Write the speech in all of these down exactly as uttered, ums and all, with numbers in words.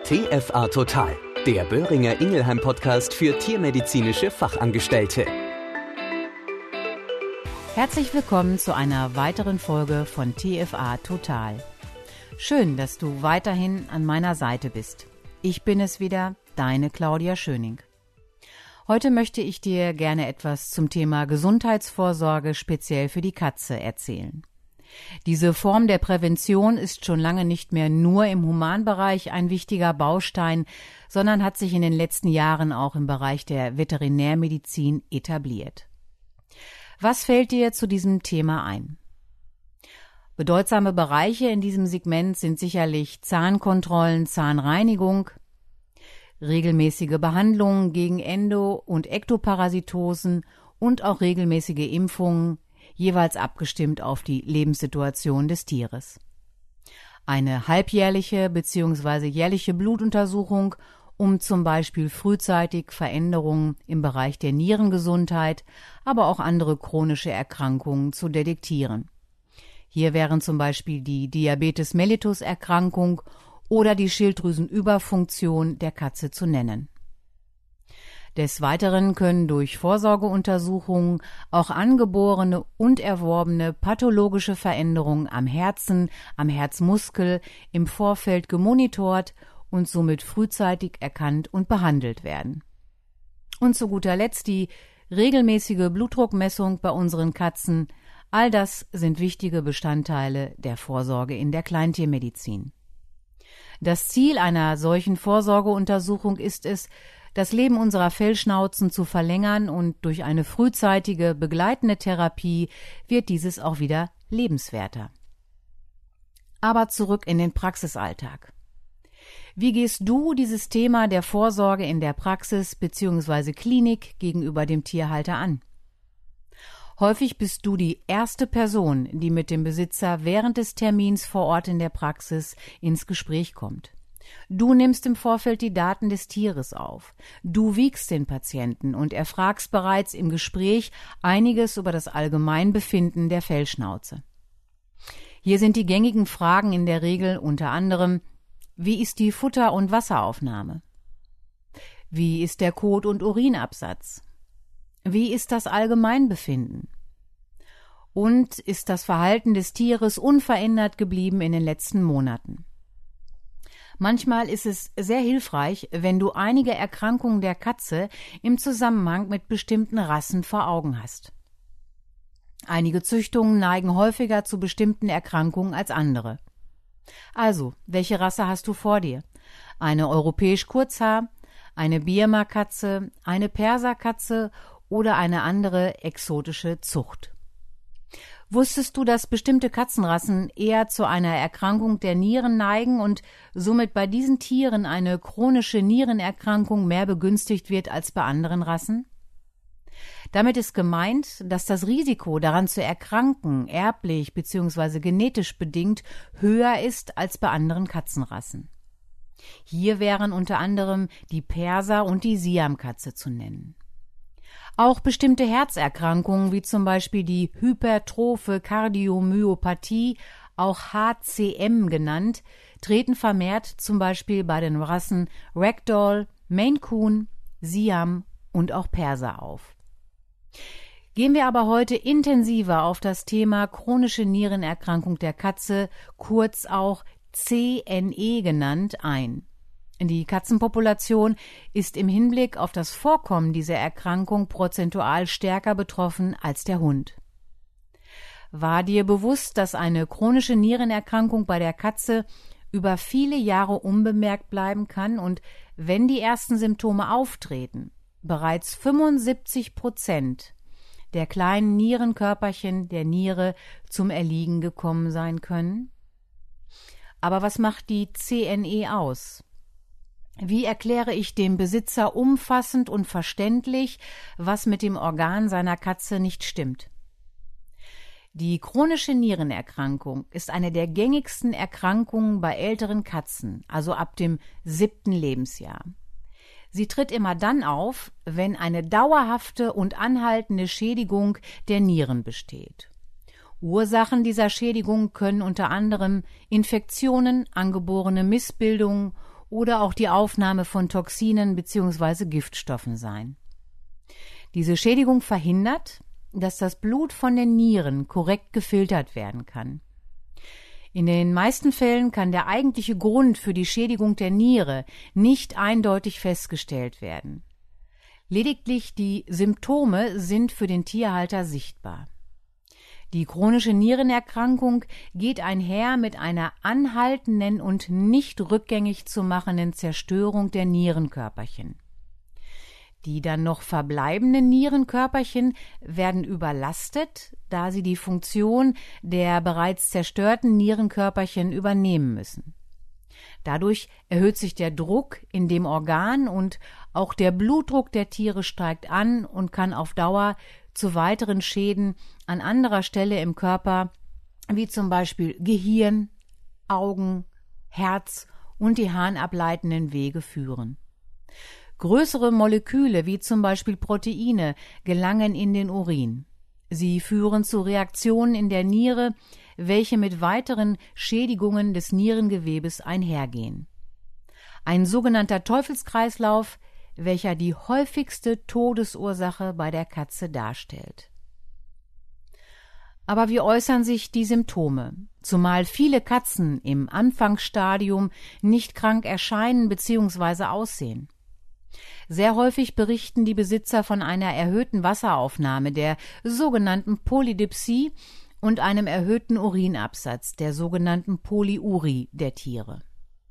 T F A Total, der Boehringer Ingelheim Podcast für tiermedizinische Fachangestellte. Herzlich willkommen zu einer weiteren Folge von T F A Total. Schön, dass du weiterhin an meiner Seite bist. Ich bin es wieder, deine Claudia Schöning. Heute möchte ich dir gerne etwas zum Thema Gesundheitsvorsorge speziell für die Katze erzählen. Diese Form der Prävention ist schon lange nicht mehr nur im Humanbereich ein wichtiger Baustein, sondern hat sich in den letzten Jahren auch im Bereich der Veterinärmedizin etabliert. Was fällt dir zu diesem Thema ein? Bedeutsame Bereiche in diesem Segment sind sicherlich Zahnkontrollen, Zahnreinigung, regelmäßige Behandlungen gegen Endo- und Ektoparasitosen und auch regelmäßige Impfungen, jeweils abgestimmt auf die Lebenssituation des Tieres. Eine halbjährliche bzw. jährliche Blutuntersuchung, um zum Beispiel frühzeitig Veränderungen im Bereich der Nierengesundheit, aber auch andere chronische Erkrankungen zu detektieren. Hier wären zum Beispiel die Diabetes mellitus Erkrankung oder die Schilddrüsenüberfunktion der Katze zu nennen. Des Weiteren können durch Vorsorgeuntersuchungen auch angeborene und erworbene pathologische Veränderungen am Herzen, am Herzmuskel im Vorfeld gemonitort und somit frühzeitig erkannt und behandelt werden. Und zu guter Letzt die regelmäßige Blutdruckmessung bei unseren Katzen. All das sind wichtige Bestandteile der Vorsorge in der Kleintiermedizin. Das Ziel einer solchen Vorsorgeuntersuchung ist es, das Leben unserer Fellschnauzen zu verlängern, und durch eine frühzeitige begleitende Therapie wird dieses auch wieder lebenswerter. Aber zurück in den Praxisalltag. Wie gehst du dieses Thema der Vorsorge in der Praxis bzw. Klinik gegenüber dem Tierhalter an? Häufig bist du die erste Person, die mit dem Besitzer während des Termins vor Ort in der Praxis ins Gespräch kommt. Du nimmst im Vorfeld die Daten des Tieres auf. Du wiegst den Patienten und erfragst bereits im Gespräch einiges über das Allgemeinbefinden der Fellschnauze. Hier sind die gängigen Fragen in der Regel unter anderem: Wie ist die Futter- und Wasseraufnahme? Wie ist der Kot- und Urinabsatz? Wie ist das Allgemeinbefinden? Und ist das Verhalten des Tieres unverändert geblieben in den letzten Monaten? Manchmal ist es sehr hilfreich, wenn du einige Erkrankungen der Katze im Zusammenhang mit bestimmten Rassen vor Augen hast. Einige Züchtungen neigen häufiger zu bestimmten Erkrankungen als andere. Also, welche Rasse hast du vor dir? Eine europäisch Kurzhaar, eine Birma-Katze, eine Perserkatze oder eine andere exotische Zucht? Wusstest du, dass bestimmte Katzenrassen eher zu einer Erkrankung der Nieren neigen und somit bei diesen Tieren eine chronische Nierenerkrankung mehr begünstigt wird als bei anderen Rassen? Damit ist gemeint, dass das Risiko, daran zu erkranken, erblich bzw. genetisch bedingt, höher ist als bei anderen Katzenrassen. Hier wären unter anderem die Perser- und die Siamkatze zu nennen. Auch bestimmte Herzerkrankungen, wie zum Beispiel die hypertrophe Kardiomyopathie, auch H C M genannt, treten vermehrt zum Beispiel bei den Rassen Ragdoll, Maine Coon, Siam und auch Perser auf. Gehen wir aber heute intensiver auf das Thema chronische Nierenerkrankung der Katze, kurz auch C N E genannt, ein. Die Katzenpopulation ist im Hinblick auf das Vorkommen dieser Erkrankung prozentual stärker betroffen als der Hund. War dir bewusst, dass eine chronische Nierenerkrankung bei der Katze über viele Jahre unbemerkt bleiben kann und, wenn die ersten Symptome auftreten, bereits fünfundsiebzig Prozent der kleinen Nierenkörperchen der Niere zum Erliegen gekommen sein können? Aber was macht die C N E aus? Wie erkläre ich dem Besitzer umfassend und verständlich, was mit dem Organ seiner Katze nicht stimmt? Die chronische Nierenerkrankung ist eine der gängigsten Erkrankungen bei älteren Katzen, also ab dem siebten Lebensjahr. Sie tritt immer dann auf, wenn eine dauerhafte und anhaltende Schädigung der Nieren besteht. Ursachen dieser Schädigung können unter anderem Infektionen, angeborene Missbildungen oder auch die Aufnahme von Toxinen bzw. Giftstoffen sein. Diese Schädigung verhindert, dass das Blut von den Nieren korrekt gefiltert werden kann. In den meisten Fällen kann der eigentliche Grund für die Schädigung der Niere nicht eindeutig festgestellt werden. Lediglich die Symptome sind für den Tierhalter sichtbar. Die chronische Nierenerkrankung geht einher mit einer anhaltenden und nicht rückgängig zu machenden Zerstörung der Nierenkörperchen. Die dann noch verbleibenden Nierenkörperchen werden überlastet, da sie die Funktion der bereits zerstörten Nierenkörperchen übernehmen müssen. Dadurch erhöht sich der Druck in dem Organ und auch der Blutdruck der Tiere steigt an und kann auf Dauer zu weiteren Schäden an anderer Stelle im Körper, wie zum Beispiel Gehirn, Augen, Herz und die harnableitenden Wege führen. Größere Moleküle, wie zum Beispiel Proteine, gelangen in den Urin. Sie führen zu Reaktionen in der Niere, welche mit weiteren Schädigungen des Nierengewebes einhergehen. Ein sogenannter Teufelskreislauf, welcher die häufigste Todesursache bei der Katze darstellt. Aber wie äußern sich die Symptome? Zumal viele Katzen im Anfangsstadium nicht krank erscheinen bzw. aussehen. Sehr häufig berichten die Besitzer von einer erhöhten Wasseraufnahme, der sogenannten Polydipsie, und einem erhöhten Urinabsatz, der sogenannten Polyurie der Tiere.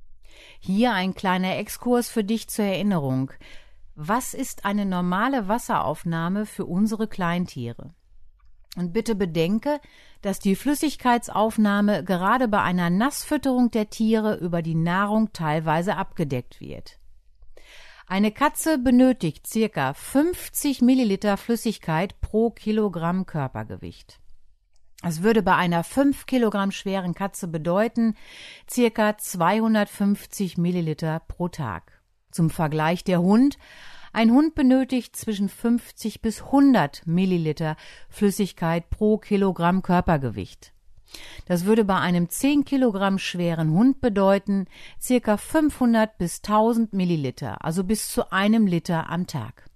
Hier ein kleiner Exkurs für dich zur Erinnerung. Was ist eine normale Wasseraufnahme für unsere Kleintiere? Und bitte bedenke, dass die Flüssigkeitsaufnahme gerade bei einer Nassfütterung der Tiere über die Nahrung teilweise abgedeckt wird. Eine Katze benötigt ca. fünfzig Milliliter Flüssigkeit pro Kilogramm Körpergewicht. Das würde bei einer fünf Kilogramm schweren Katze bedeuten, ca. zweihundertfünfzig Milliliter pro Tag. Zum Vergleich der Hund. Ein Hund benötigt zwischen fünfzig bis hundert Milliliter Flüssigkeit pro Kilogramm Körpergewicht. Das würde bei einem zehn Kilogramm schweren Hund bedeuten, ca. fünfhundert bis tausend Milliliter, also bis zu einem Liter am Tag.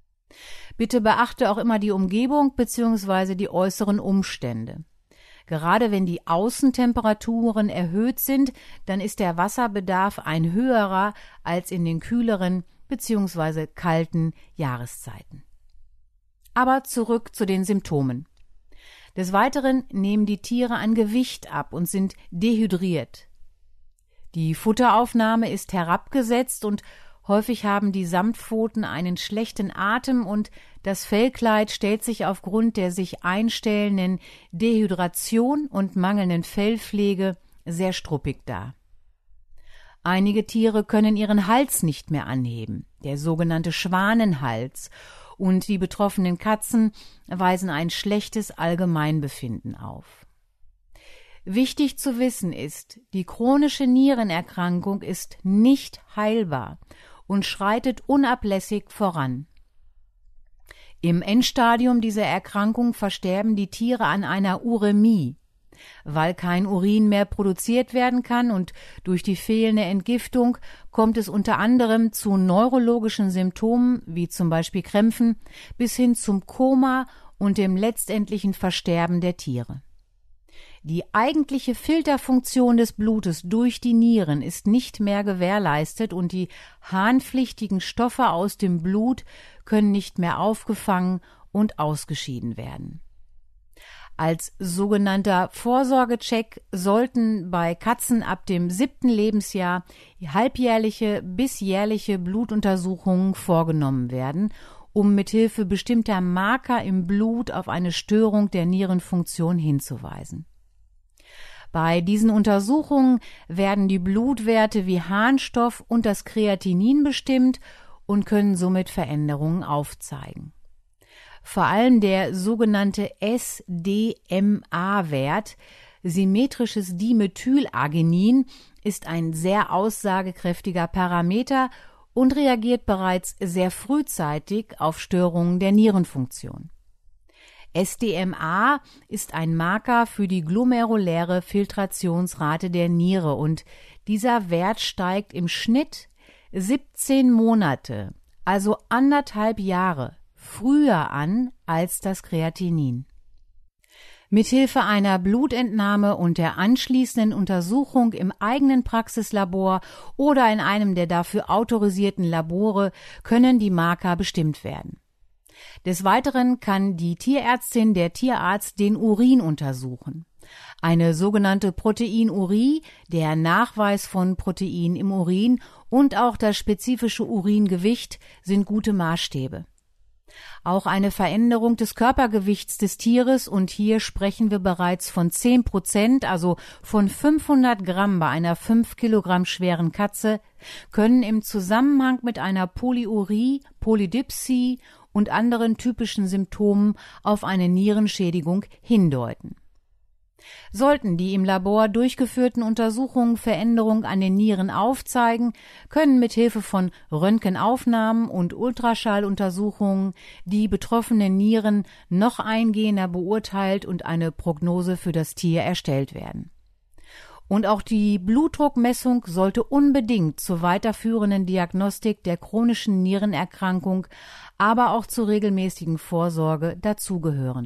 Bitte beachte auch immer die Umgebung bzw. die äußeren Umstände. Gerade wenn die Außentemperaturen erhöht sind, dann ist der Wasserbedarf ein höherer als in den kühleren bzw. kalten Jahreszeiten. Aber zurück zu den Symptomen. Des Weiteren nehmen die Tiere an Gewicht ab und sind dehydriert. Die Futteraufnahme ist herabgesetzt und häufig haben die Samtpfoten einen schlechten Atem und das Fellkleid stellt sich aufgrund der sich einstellenden Dehydration und mangelnden Fellpflege sehr struppig dar. Einige Tiere können ihren Hals nicht mehr anheben, der sogenannte Schwanenhals, und die betroffenen Katzen weisen ein schlechtes Allgemeinbefinden auf. Wichtig zu wissen ist, die chronische Nierenerkrankung ist nicht heilbar und schreitet unablässig voran. Im Endstadium dieser Erkrankung versterben die Tiere an einer Urämie, weil kein Urin mehr produziert werden kann, und durch die fehlende Entgiftung kommt es unter anderem zu neurologischen Symptomen wie zum Beispiel Krämpfen bis hin zum Koma und dem letztendlichen Versterben der Tiere. Die eigentliche Filterfunktion des Blutes durch die Nieren ist nicht mehr gewährleistet und die harnpflichtigen Stoffe aus dem Blut können nicht mehr aufgefangen und ausgeschieden werden. Als sogenannter Vorsorgecheck sollten bei Katzen ab dem siebten Lebensjahr halbjährliche bis jährliche Blutuntersuchungen vorgenommen werden, um mithilfe bestimmter Marker im Blut auf eine Störung der Nierenfunktion hinzuweisen. Bei diesen Untersuchungen werden die Blutwerte wie Harnstoff und das Kreatinin bestimmt und können somit Veränderungen aufzeigen. Vor allem der sogenannte S D M A-Wert, symmetrisches Dimethylarginin, ist ein sehr aussagekräftiger Parameter und reagiert bereits sehr frühzeitig auf Störungen der Nierenfunktion. S D M A ist ein Marker für die glomeruläre Filtrationsrate der Niere und dieser Wert steigt im Schnitt siebzehn Monate, also anderthalb Jahre, früher an als das Kreatinin. Mithilfe einer Blutentnahme und der anschließenden Untersuchung im eigenen Praxislabor oder in einem der dafür autorisierten Labore können die Marker bestimmt werden. Des Weiteren kann die Tierärztin, der Tierarzt den Urin untersuchen. Eine sogenannte Proteinurie, der Nachweis von Protein im Urin und auch das spezifische Uringewicht sind gute Maßstäbe. Auch eine Veränderung des Körpergewichts des Tieres, und hier sprechen wir bereits von zehn Prozent, also von fünfhundert Gramm bei einer fünf Kilogramm schweren Katze, können im Zusammenhang mit einer Polyurie, Polydipsie und anderen typischen Symptomen auf eine Nierenschädigung hindeuten. Sollten die im Labor durchgeführten Untersuchungen Veränderungen an den Nieren aufzeigen, können mit Hilfe von Röntgenaufnahmen und Ultraschalluntersuchungen die betroffenen Nieren noch eingehender beurteilt und eine Prognose für das Tier erstellt werden. Und auch die Blutdruckmessung sollte unbedingt zur weiterführenden Diagnostik der chronischen Nierenerkrankung, aber auch zur regelmäßigen Vorsorge dazugehören.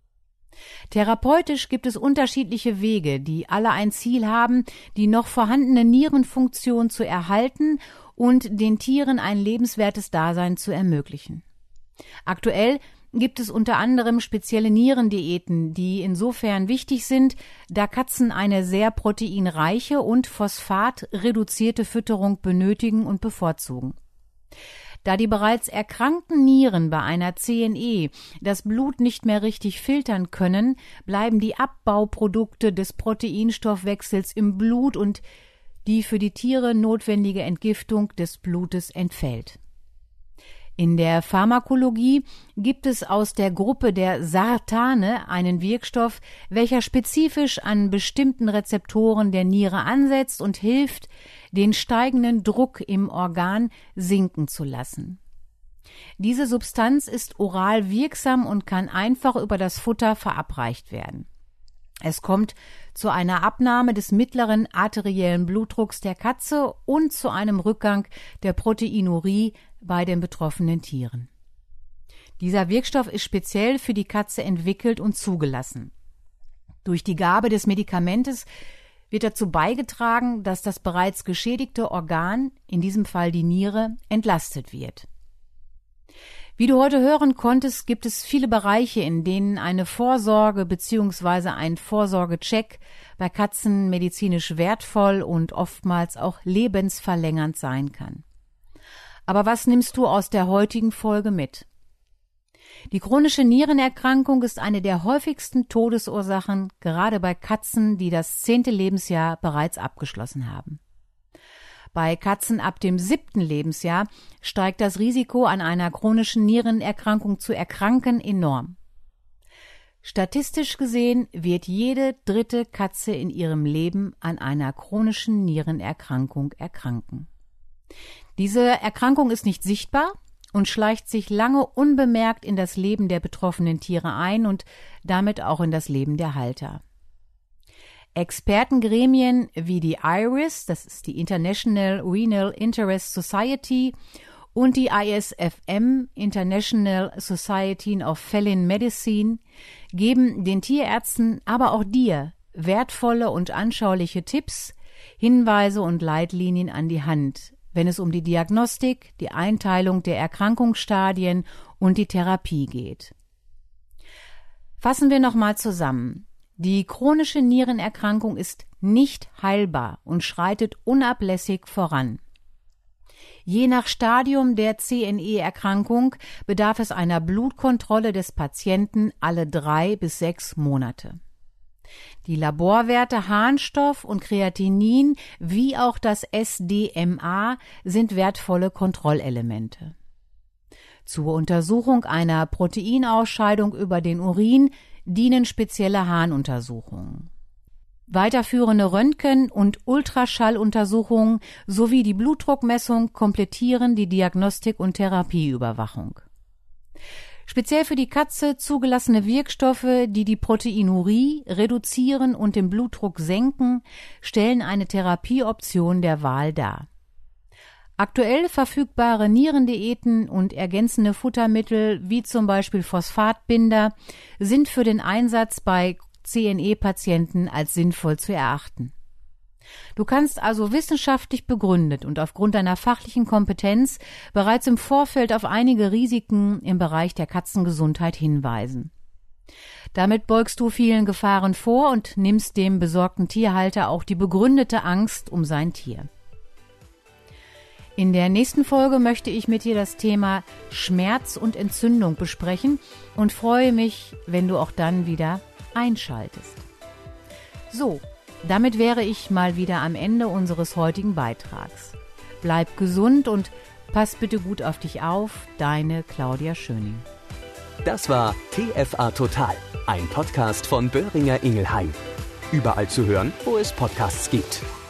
Therapeutisch gibt es unterschiedliche Wege, die alle ein Ziel haben, die noch vorhandene Nierenfunktion zu erhalten und den Tieren ein lebenswertes Dasein zu ermöglichen. Aktuell gibt es unter anderem spezielle Nierendiäten, die insofern wichtig sind, da Katzen eine sehr proteinreiche und phosphatreduzierte Fütterung benötigen und bevorzugen. Da die bereits erkrankten Nieren bei einer C N E das Blut nicht mehr richtig filtern können, bleiben die Abbauprodukte des Proteinstoffwechsels im Blut und die für die Tiere notwendige Entgiftung des Blutes entfällt. In der Pharmakologie gibt es aus der Gruppe der Sartane einen Wirkstoff, welcher spezifisch an bestimmten Rezeptoren der Niere ansetzt und hilft, den steigenden Druck im Organ sinken zu lassen. Diese Substanz ist oral wirksam und kann einfach über das Futter verabreicht werden. Es kommt zu einer Abnahme des mittleren arteriellen Blutdrucks der Katze und zu einem Rückgang der Proteinurie bei den betroffenen Tieren. Dieser Wirkstoff ist speziell für die Katze entwickelt und zugelassen. Durch die Gabe des Medikamentes wird dazu beigetragen, dass das bereits geschädigte Organ, in diesem Fall die Niere, entlastet wird. Wie du heute hören konntest, gibt es viele Bereiche, in denen eine Vorsorge bzw. ein Vorsorgecheck bei Katzen medizinisch wertvoll und oftmals auch lebensverlängernd sein kann. Aber was nimmst du aus der heutigen Folge mit? Die chronische Nierenerkrankung ist eine der häufigsten Todesursachen, gerade bei Katzen, die das zehnte Lebensjahr bereits abgeschlossen haben. Bei Katzen ab dem siebten Lebensjahr steigt das Risiko, an einer chronischen Nierenerkrankung zu erkranken, enorm. Statistisch gesehen wird jede dritte Katze in ihrem Leben an einer chronischen Nierenerkrankung erkranken. Diese Erkrankung ist nicht sichtbar und schleicht sich lange unbemerkt in das Leben der betroffenen Tiere ein und damit auch in das Leben der Halter. Expertengremien wie die I R I S, das ist die International Renal Interest Society, und die I S F M, International Society of Feline Medicine, geben den Tierärzten, aber auch dir, wertvolle und anschauliche Tipps, Hinweise und Leitlinien an die Hand, wenn es um die Diagnostik, die Einteilung der Erkrankungsstadien und die Therapie geht. Fassen wir nochmal zusammen. Die chronische Nierenerkrankung ist nicht heilbar und schreitet unablässig voran. Je nach Stadium der C N E-Erkrankung bedarf es einer Blutkontrolle des Patienten alle drei bis sechs Monate. Die Laborwerte Harnstoff und Kreatinin wie auch das S D M A sind wertvolle Kontrollelemente. Zur Untersuchung einer Proteinausscheidung über den Urin dienen spezielle Harnuntersuchungen. Weiterführende Röntgen- und Ultraschalluntersuchungen sowie die Blutdruckmessung komplettieren die Diagnostik und Therapieüberwachung. Speziell für die Katze zugelassene Wirkstoffe, die die Proteinurie reduzieren und den Blutdruck senken, stellen eine Therapieoption der Wahl dar. Aktuell verfügbare Nierendiäten und ergänzende Futtermittel wie zum Beispiel Phosphatbinder sind für den Einsatz bei C N E-Patienten als sinnvoll zu erachten. Du kannst also wissenschaftlich begründet und aufgrund deiner fachlichen Kompetenz bereits im Vorfeld auf einige Risiken im Bereich der Katzengesundheit hinweisen. Damit beugst du vielen Gefahren vor und nimmst dem besorgten Tierhalter auch die begründete Angst um sein Tier. In der nächsten Folge möchte ich mit dir das Thema Schmerz und Entzündung besprechen und freue mich, wenn du auch dann wieder einschaltest. So, damit wäre ich mal wieder am Ende unseres heutigen Beitrags. Bleib gesund und pass bitte gut auf dich auf, deine Claudia Schöning. Das war T F A Total, ein Podcast von Boehringer Ingelheim. Überall zu hören, wo es Podcasts gibt.